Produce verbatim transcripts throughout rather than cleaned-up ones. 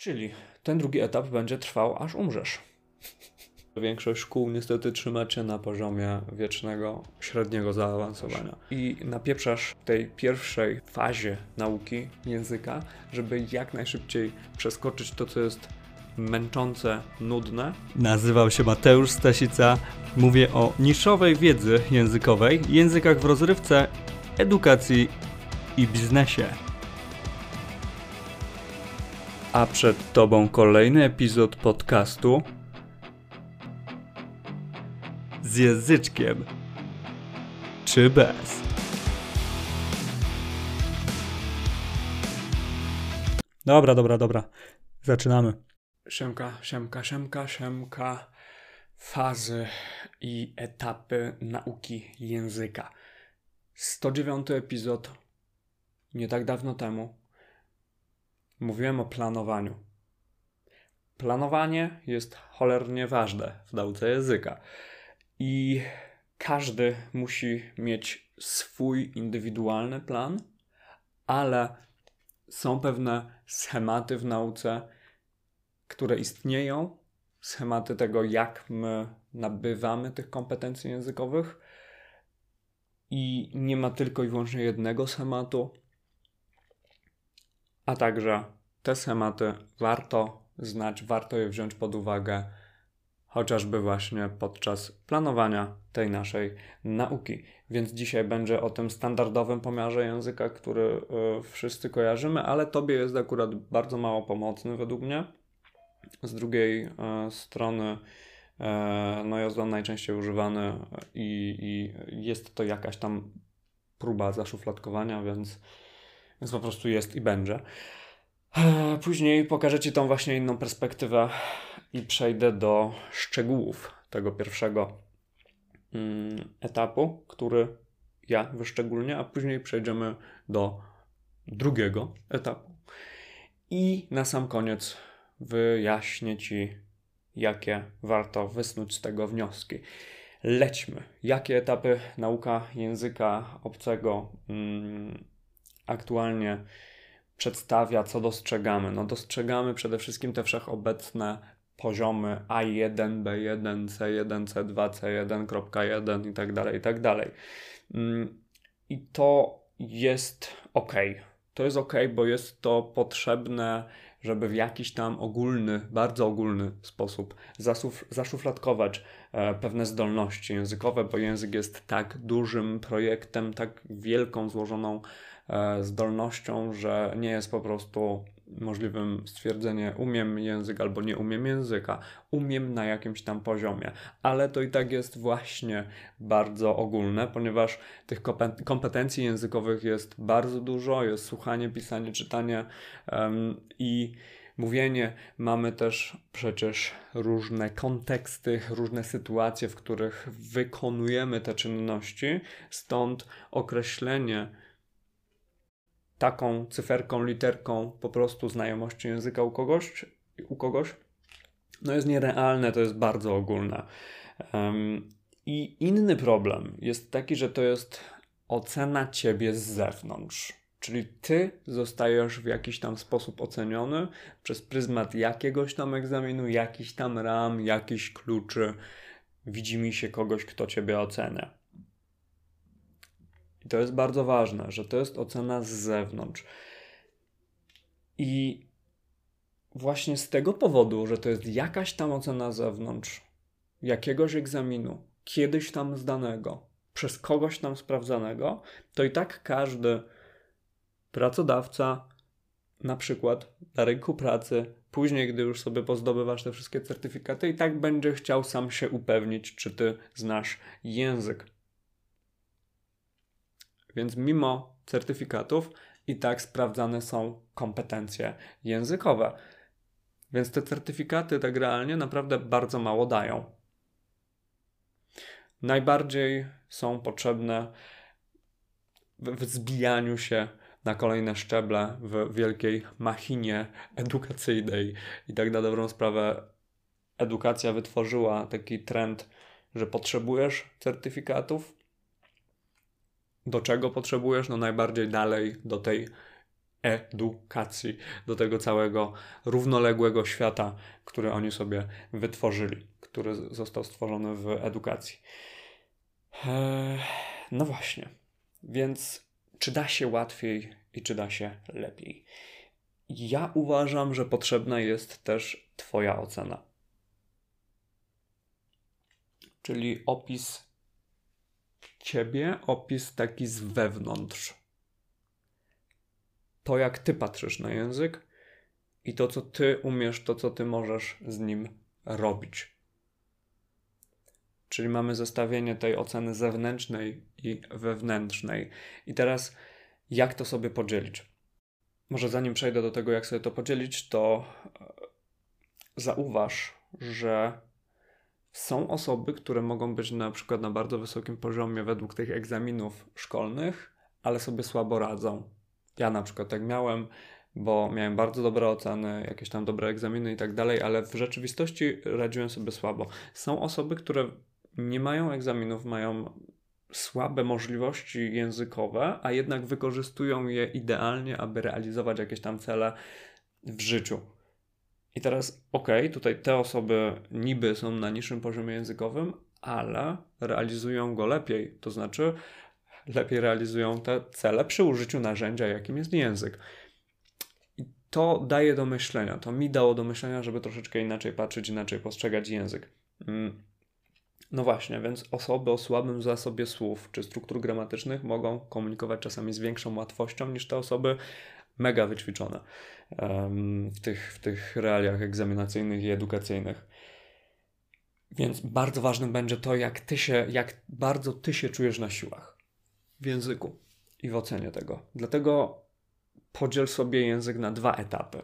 Czyli ten drugi etap będzie trwał, aż umrzesz. Większość szkół niestety trzyma cię na poziomie wiecznego, średniego zaawansowania. I napieprzasz w tej pierwszej fazie nauki języka, żeby jak najszybciej przeskoczyć to, co jest męczące, nudne. Nazywam się Mateusz Stasica. Mówię o niszowej wiedzy językowej, językach w rozrywce, edukacji i biznesie. A przed tobą kolejny epizod podcastu z języczkiem czy bez. Dobra, dobra, dobra. Zaczynamy. Siemka, siemka, siemka, siemka. Fazy i etapy nauki języka. sto dziewiąty epizod. Nie tak dawno temu mówiłem o planowaniu. Planowanie jest cholernie ważne w nauce języka. I każdy musi mieć swój indywidualny plan, ale są pewne schematy w nauce, które istnieją, schematy tego, jak my nabywamy tych kompetencji językowych i nie ma tylko i wyłącznie jednego schematu, a także te schematy warto znać, warto je wziąć pod uwagę, chociażby właśnie podczas planowania tej naszej nauki. Więc dzisiaj będzie o tym standardowym pomiarze języka, który y, wszyscy kojarzymy, ale tobie jest akurat bardzo mało pomocny według mnie. Z drugiej y, strony y, no jest on najczęściej używany i, i jest to jakaś tam próba zaszufladkowania, więc, więc po prostu jest i będzie. Później pokażę Ci tą właśnie inną perspektywę i przejdę do szczegółów tego pierwszego mm, etapu, który ja wyszczególnię, a później przejdziemy do drugiego etapu. I na sam koniec wyjaśnię Ci, jakie warto wysnuć z tego wnioski. Lećmy. Jakie etapy nauka języka obcego mm, aktualnie przedstawia, co dostrzegamy? No dostrzegamy przede wszystkim te wszechobecne poziomy A jeden, B jeden, C jeden, C dwa, C jeden kropka jeden i tak dalej, i tak dalej. I to jest ok. To jest ok, bo jest to potrzebne, żeby w jakiś tam ogólny, bardzo ogólny sposób zasuf- zaszufladkować e, pewne zdolności językowe, bo język jest tak dużym projektem, tak wielką, złożoną e, zdolnością, że nie jest po prostu możliwym stwierdzenie umiem język albo nie umiem języka. Umiem na jakimś tam poziomie, ale to i tak jest właśnie bardzo ogólne, ponieważ tych kompetencji językowych jest bardzo dużo, jest słuchanie, pisanie, czytanie um, i mówienie. Mamy też przecież różne konteksty, różne sytuacje, w których wykonujemy te czynności, stąd określenie taką cyferką, literką po prostu znajomości języka u kogoś, u kogoś no jest nierealne, to jest bardzo ogólne. Um, I inny problem jest taki, że to jest ocena ciebie z zewnątrz. Czyli ty zostajesz w jakiś tam sposób oceniony przez pryzmat jakiegoś tam egzaminu, jakiś tam ram, jakiś kluczy. Widzi mi się kogoś, kto ciebie ocenia. I to jest bardzo ważne, że to jest ocena z zewnątrz. I właśnie z tego powodu, że to jest jakaś tam ocena z zewnątrz, jakiegoś egzaminu, kiedyś tam zdanego, przez kogoś tam sprawdzanego, to i tak każdy pracodawca, na przykład na rynku pracy, później, gdy już sobie pozdobywasz te wszystkie certyfikaty, i tak będzie chciał sam się upewnić, czy ty znasz język. Więc mimo certyfikatów i tak sprawdzane są kompetencje językowe. Więc te certyfikaty tak realnie naprawdę bardzo mało dają. Najbardziej są potrzebne w wzbijaniu się na kolejne szczeble w wielkiej machinie edukacyjnej. I tak na dobrą sprawę edukacja wytworzyła taki trend, że potrzebujesz certyfikatów. Do czego potrzebujesz? No najbardziej dalej do tej edukacji, do tego całego równoległego świata, który oni sobie wytworzyli, który został stworzony w edukacji. Eee, no właśnie, więc czy da się łatwiej i czy da się lepiej? Ja uważam, że potrzebna jest też twoja ocena. Czyli opis ciebie, opis taki z wewnątrz. To, jak ty patrzysz na język i to, co ty umiesz, to, co ty możesz z nim robić. Czyli mamy zestawienie tej oceny zewnętrznej i wewnętrznej. I teraz jak to sobie podzielić? Może zanim przejdę do tego, jak sobie to podzielić, to zauważ, że są osoby, które mogą być na przykład na bardzo wysokim poziomie według tych egzaminów szkolnych, ale sobie słabo radzą. Ja na przykład tak miałem, bo miałem bardzo dobre oceny, jakieś tam dobre egzaminy i tak dalej, ale w rzeczywistości radziłem sobie słabo. Są osoby, które nie mają egzaminów, mają słabe możliwości językowe, a jednak wykorzystują je idealnie, aby realizować jakieś tam cele w życiu. I teraz, okej, okay, tutaj te osoby niby są na niższym poziomie językowym, ale realizują go lepiej, to znaczy lepiej realizują te cele przy użyciu narzędzia, jakim jest język. I to daje do myślenia, to mi dało do myślenia, żeby troszeczkę inaczej patrzeć, inaczej postrzegać język. No właśnie, więc osoby o słabym zasobie słów czy struktur gramatycznych mogą komunikować czasami z większą łatwością niż te osoby mega wyćwiczone um, w tych, w tych realiach egzaminacyjnych i edukacyjnych. Więc bardzo ważnym będzie to, jak ty się, jak bardzo ty się czujesz na siłach w języku i w ocenie tego. Dlatego podziel sobie język na dwa etapy.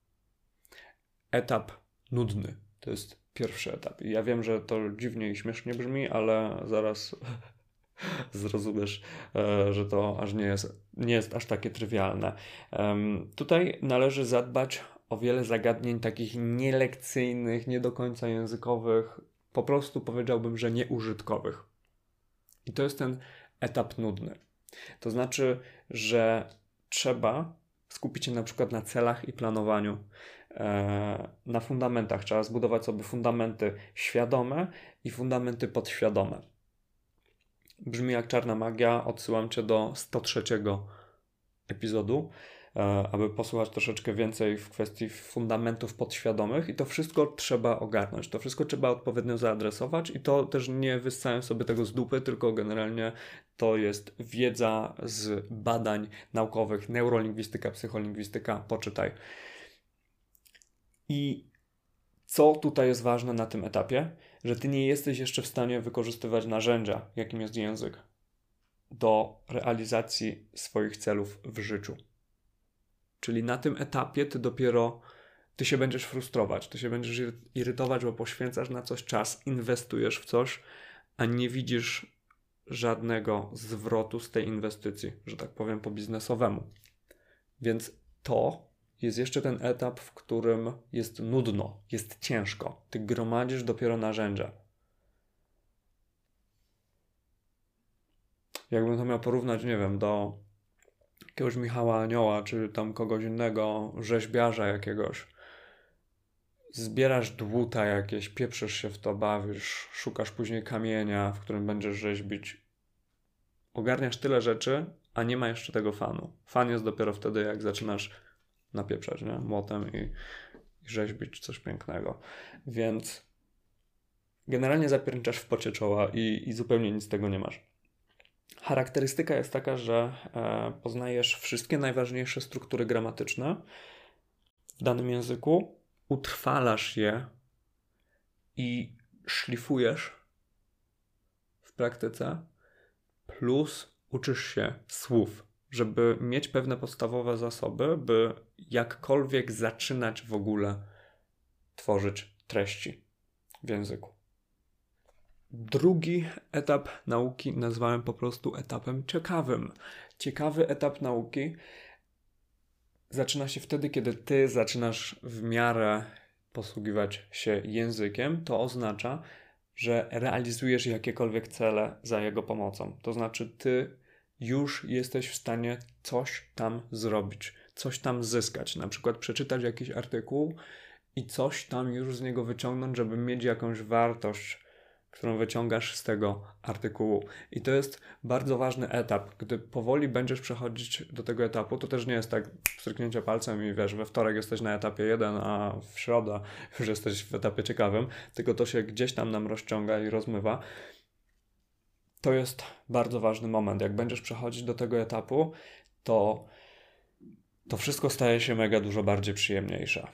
Etap nudny to jest pierwszy etap. I ja wiem, że to dziwnie i śmiesznie brzmi, ale zaraz zrozumiesz, że to aż nie jest, nie jest aż takie trywialne. Um, tutaj należy zadbać o wiele zagadnień takich nielekcyjnych, nie do końca językowych, po prostu powiedziałbym, że nieużytkowych. I to jest ten etap nudny. To znaczy, że trzeba skupić się na przykład na celach i planowaniu, e, na fundamentach. Trzeba zbudować sobie fundamenty świadome i fundamenty podświadome. Brzmi jak czarna magia. Odsyłam cię do sto trzeciego epizodu, e, aby posłuchać troszeczkę więcej w kwestii fundamentów podświadomych i to wszystko trzeba ogarnąć. To wszystko trzeba odpowiednio zaadresować i to też nie wyssałem sobie tego z dupy, tylko generalnie to jest wiedza z badań naukowych, neurolingwistyka, psycholingwistyka, poczytaj. I co tutaj jest ważne na tym etapie? Że ty nie jesteś jeszcze w stanie wykorzystywać narzędzia, jakim jest język, do realizacji swoich celów w życiu. Czyli na tym etapie ty dopiero, ty się będziesz frustrować, ty się będziesz irytować, bo poświęcasz na coś czas, inwestujesz w coś, a nie widzisz żadnego zwrotu z tej inwestycji, że tak powiem po biznesowemu. Więc to jest jeszcze ten etap, w którym jest nudno, jest ciężko. Ty gromadzisz dopiero narzędzia. Jakbym to miał porównać, nie wiem, do jakiegoś Michała Anioła, czy tam kogoś innego, rzeźbiarza jakiegoś. Zbierasz dłuta jakieś, pieprzysz się w to, bawisz, szukasz później kamienia, w którym będziesz rzeźbić. Ogarniasz tyle rzeczy, a nie ma jeszcze tego fanu. Fan jest dopiero wtedy, jak zaczynasz napieprzać, nie? Młotem i, i rzeźbić coś pięknego. Więc generalnie zapierniczasz w pocie czoła i, i zupełnie nic z tego nie masz. Charakterystyka jest taka, że e, poznajesz wszystkie najważniejsze struktury gramatyczne w danym języku, utrwalasz je i szlifujesz w praktyce, plus uczysz się słów, żeby mieć pewne podstawowe zasoby, by jakkolwiek zaczynać w ogóle tworzyć treści w języku. Drugi etap nauki nazwałem po prostu etapem ciekawym. Ciekawy etap nauki zaczyna się wtedy, kiedy ty zaczynasz w miarę posługiwać się językiem. To oznacza, że realizujesz jakiekolwiek cele za jego pomocą. To znaczy ty już jesteś w stanie coś tam zrobić. coś tam zyskać, na przykład przeczytać jakiś artykuł i coś tam już z niego wyciągnąć, żeby mieć jakąś wartość, którą wyciągasz z tego artykułu. I to jest bardzo ważny etap. Gdy powoli będziesz przechodzić do tego etapu, to też nie jest tak stryknięcie palcem i wiesz, we wtorek jesteś na etapie jeden, a w środę już jesteś w etapie ciekawym, tylko to się gdzieś tam nam rozciąga i rozmywa. To jest bardzo ważny moment. Jak będziesz przechodzić do tego etapu, to to wszystko staje się mega dużo bardziej przyjemniejsze.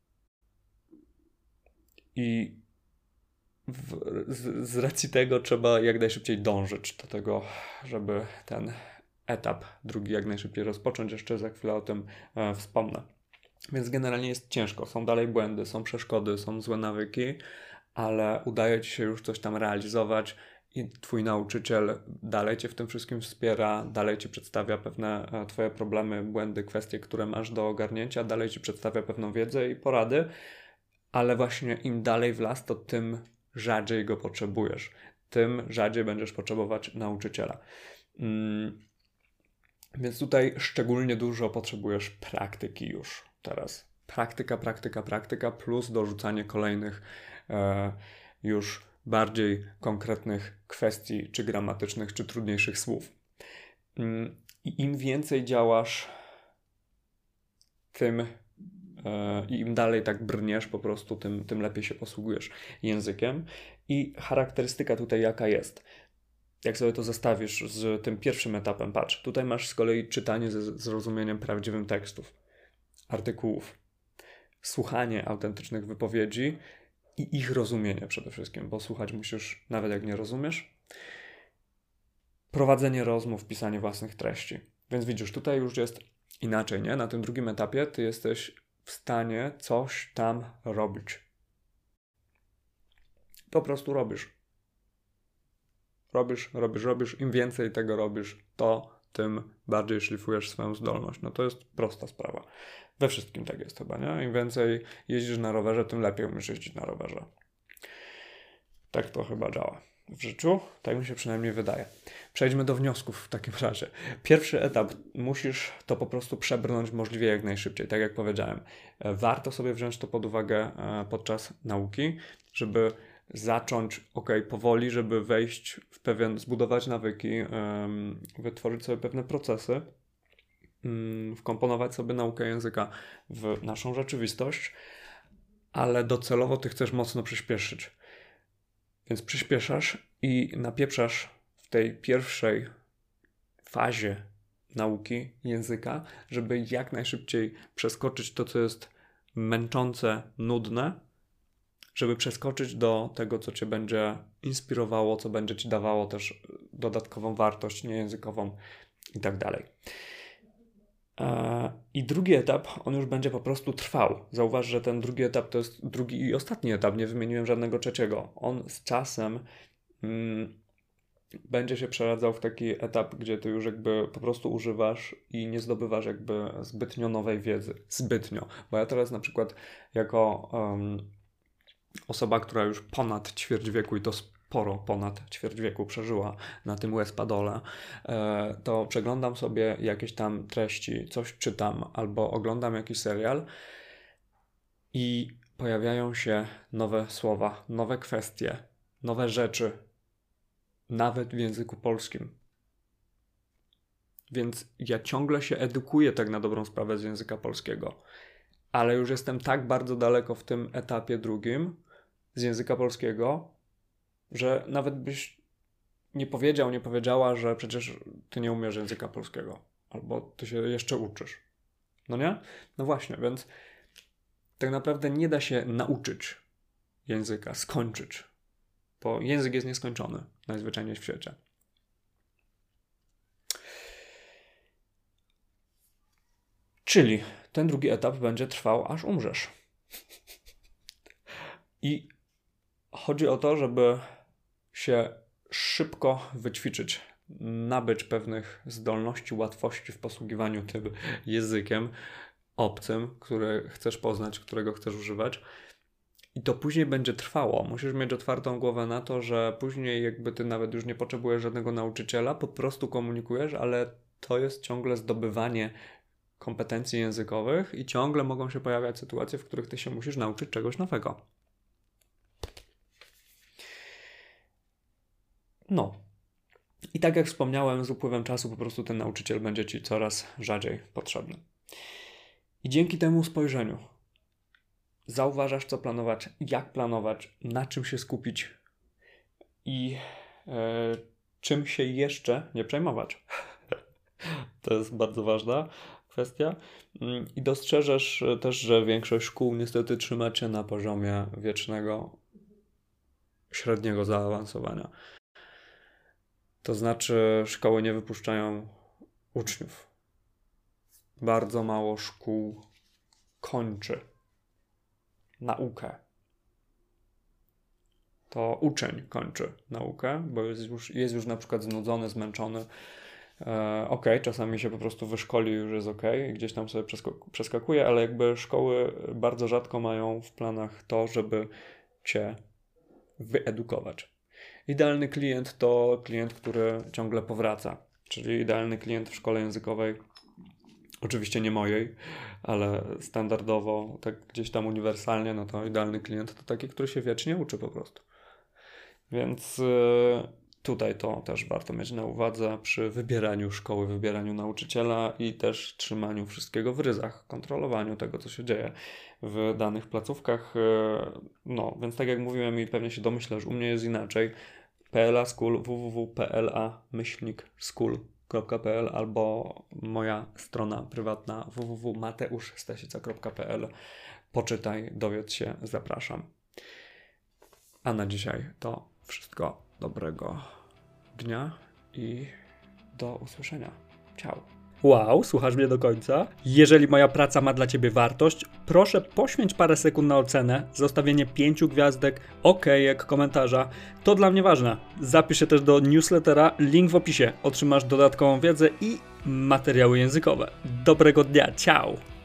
I w, z, z racji tego trzeba jak najszybciej dążyć do tego, żeby ten etap drugi jak najszybciej rozpocząć. Jeszcze za chwilę o tym e, wspomnę. Więc generalnie jest ciężko. Są dalej błędy, są przeszkody, są złe nawyki, ale udaje ci się już coś tam realizować i twój nauczyciel dalej cię w tym wszystkim wspiera, dalej ci przedstawia pewne e, twoje problemy, błędy, kwestie, które masz do ogarnięcia, dalej ci przedstawia pewną wiedzę i porady, ale właśnie im dalej w las, to tym rzadziej go potrzebujesz. Tym rzadziej będziesz potrzebować nauczyciela. Mm, więc tutaj szczególnie dużo potrzebujesz praktyki już teraz. Praktyka, praktyka, praktyka plus dorzucanie kolejnych e, już bardziej konkretnych kwestii, czy gramatycznych, czy trudniejszych słów. Mm, I im więcej działasz, tym i im dalej tak brniesz po prostu, tym, tym lepiej się posługujesz językiem. I charakterystyka tutaj jaka jest? Jak sobie to zestawisz z tym pierwszym etapem, patrz, tutaj masz z kolei czytanie ze zrozumieniem prawdziwym tekstów, artykułów, słuchanie autentycznych wypowiedzi i ich rozumienie przede wszystkim, bo słuchać musisz nawet jak nie rozumiesz. Prowadzenie rozmów, pisanie własnych treści. Więc widzisz, tutaj już jest inaczej, nie? Na tym drugim etapie ty jesteś w stanie coś tam robić. Po prostu robisz. Robisz, robisz, robisz. Im więcej tego robisz, to tym bardziej szlifujesz swoją zdolność. No to jest prosta sprawa. We wszystkim tak jest chyba, nie? Im więcej jeździsz na rowerze, tym lepiej umiesz jeździć na rowerze. Tak to chyba działa w życiu. Tak mi się przynajmniej wydaje. Przejdźmy do wniosków w takim razie. Pierwszy etap. Musisz to po prostu przebrnąć możliwie jak najszybciej. Tak jak powiedziałem. Warto sobie wziąć to pod uwagę podczas nauki, żeby zacząć ok, powoli, żeby wejść w pewien, zbudować nawyki, wytworzyć sobie pewne procesy, wkomponować sobie naukę języka w naszą rzeczywistość, ale docelowo ty chcesz mocno przyspieszyć. Więc przyspieszasz i napieprzasz w tej pierwszej fazie nauki języka, żeby jak najszybciej przeskoczyć to, co jest męczące, nudne, żeby przeskoczyć do tego, co cię będzie inspirowało, co będzie ci dawało też dodatkową wartość niejęzykową i tak dalej. I drugi etap, on już będzie po prostu trwał. Zauważ, że ten drugi etap to jest drugi i ostatni etap, nie wymieniłem żadnego trzeciego. On z czasem mm, będzie się przeradzał w taki etap, gdzie ty już jakby po prostu używasz i nie zdobywasz jakby zbytnio nowej wiedzy. Zbytnio. Bo ja teraz na przykład jako um, osoba, która już ponad ćwierć wieku i to sporo ponad ćwierć wieku przeżyła na tym U S Padole, to przeglądam sobie jakieś tam treści, coś czytam albo oglądam jakiś serial i pojawiają się nowe słowa, nowe kwestie, nowe rzeczy, nawet w języku polskim. Więc ja ciągle się edukuję tak na dobrą sprawę z języka polskiego, ale już jestem tak bardzo daleko w tym etapie drugim z języka polskiego, że nawet byś nie powiedział, nie powiedziała, że przecież ty nie umiesz języka polskiego, albo ty się jeszcze uczysz. No nie? No właśnie, więc tak naprawdę nie da się nauczyć języka, skończyć, bo język jest nieskończony najzwyczajniej w świecie. Czyli ten drugi etap będzie trwał, aż umrzesz. I chodzi o to, żeby się szybko wyćwiczyć, nabyć pewnych zdolności, łatwości w posługiwaniu tym językiem obcym, który chcesz poznać, którego chcesz używać. I to później będzie trwało. Musisz mieć otwartą głowę na to, że później jakby ty nawet już nie potrzebujesz żadnego nauczyciela, po prostu komunikujesz, ale to jest ciągle zdobywanie kompetencji językowych i ciągle mogą się pojawiać sytuacje, w których ty się musisz nauczyć czegoś nowego. No. I tak jak wspomniałem, z upływem czasu po prostu ten nauczyciel będzie ci coraz rzadziej potrzebny. I dzięki temu spojrzeniu zauważasz, co planować, jak planować, na czym się skupić i e, czym się jeszcze nie przejmować. To jest bardzo ważna kwestia. I dostrzeżesz też, że większość szkół niestety trzyma cię na poziomie wiecznego, średniego zaawansowania. To znaczy szkoły nie wypuszczają uczniów. Bardzo mało szkół kończy naukę. To uczeń kończy naukę, bo jest już, jest już na przykład znudzony, zmęczony. E, ok, czasami się po prostu wyszkoli, już jest ok, gdzieś tam sobie przeskak- przeskakuje, ale jakby szkoły bardzo rzadko mają w planach to, żeby cię wyedukować. Idealny klient to klient, który ciągle powraca, czyli idealny klient w szkole językowej, oczywiście nie mojej, ale standardowo, tak gdzieś tam uniwersalnie, no to idealny klient to taki, który się wiecznie uczy po prostu. Więc yy, tutaj to też warto mieć na uwadze przy wybieraniu szkoły, wybieraniu nauczyciela i też trzymaniu wszystkiego w ryzach, kontrolowaniu tego, co się dzieje w danych placówkach. Yy, no, więc tak jak mówiłem i pewnie się domyślasz, u mnie jest inaczej. P L A School, www kropka p l a myślnik school kropka p l albo moja strona prywatna www kropka mateusz stasica kropka p l. Poczytaj, dowiedz się, zapraszam. A na dzisiaj to wszystko. Dobrego dnia i do usłyszenia. Ciao. Wow, słuchasz mnie do końca? Jeżeli moja praca ma dla Ciebie wartość, proszę poświęć parę sekund na ocenę, zostawienie pięciu gwiazdek, okejek, komentarza. To dla mnie ważne. Zapisz się też do newslettera, link w opisie. Otrzymasz dodatkową wiedzę i materiały językowe. Dobrego dnia, ciao!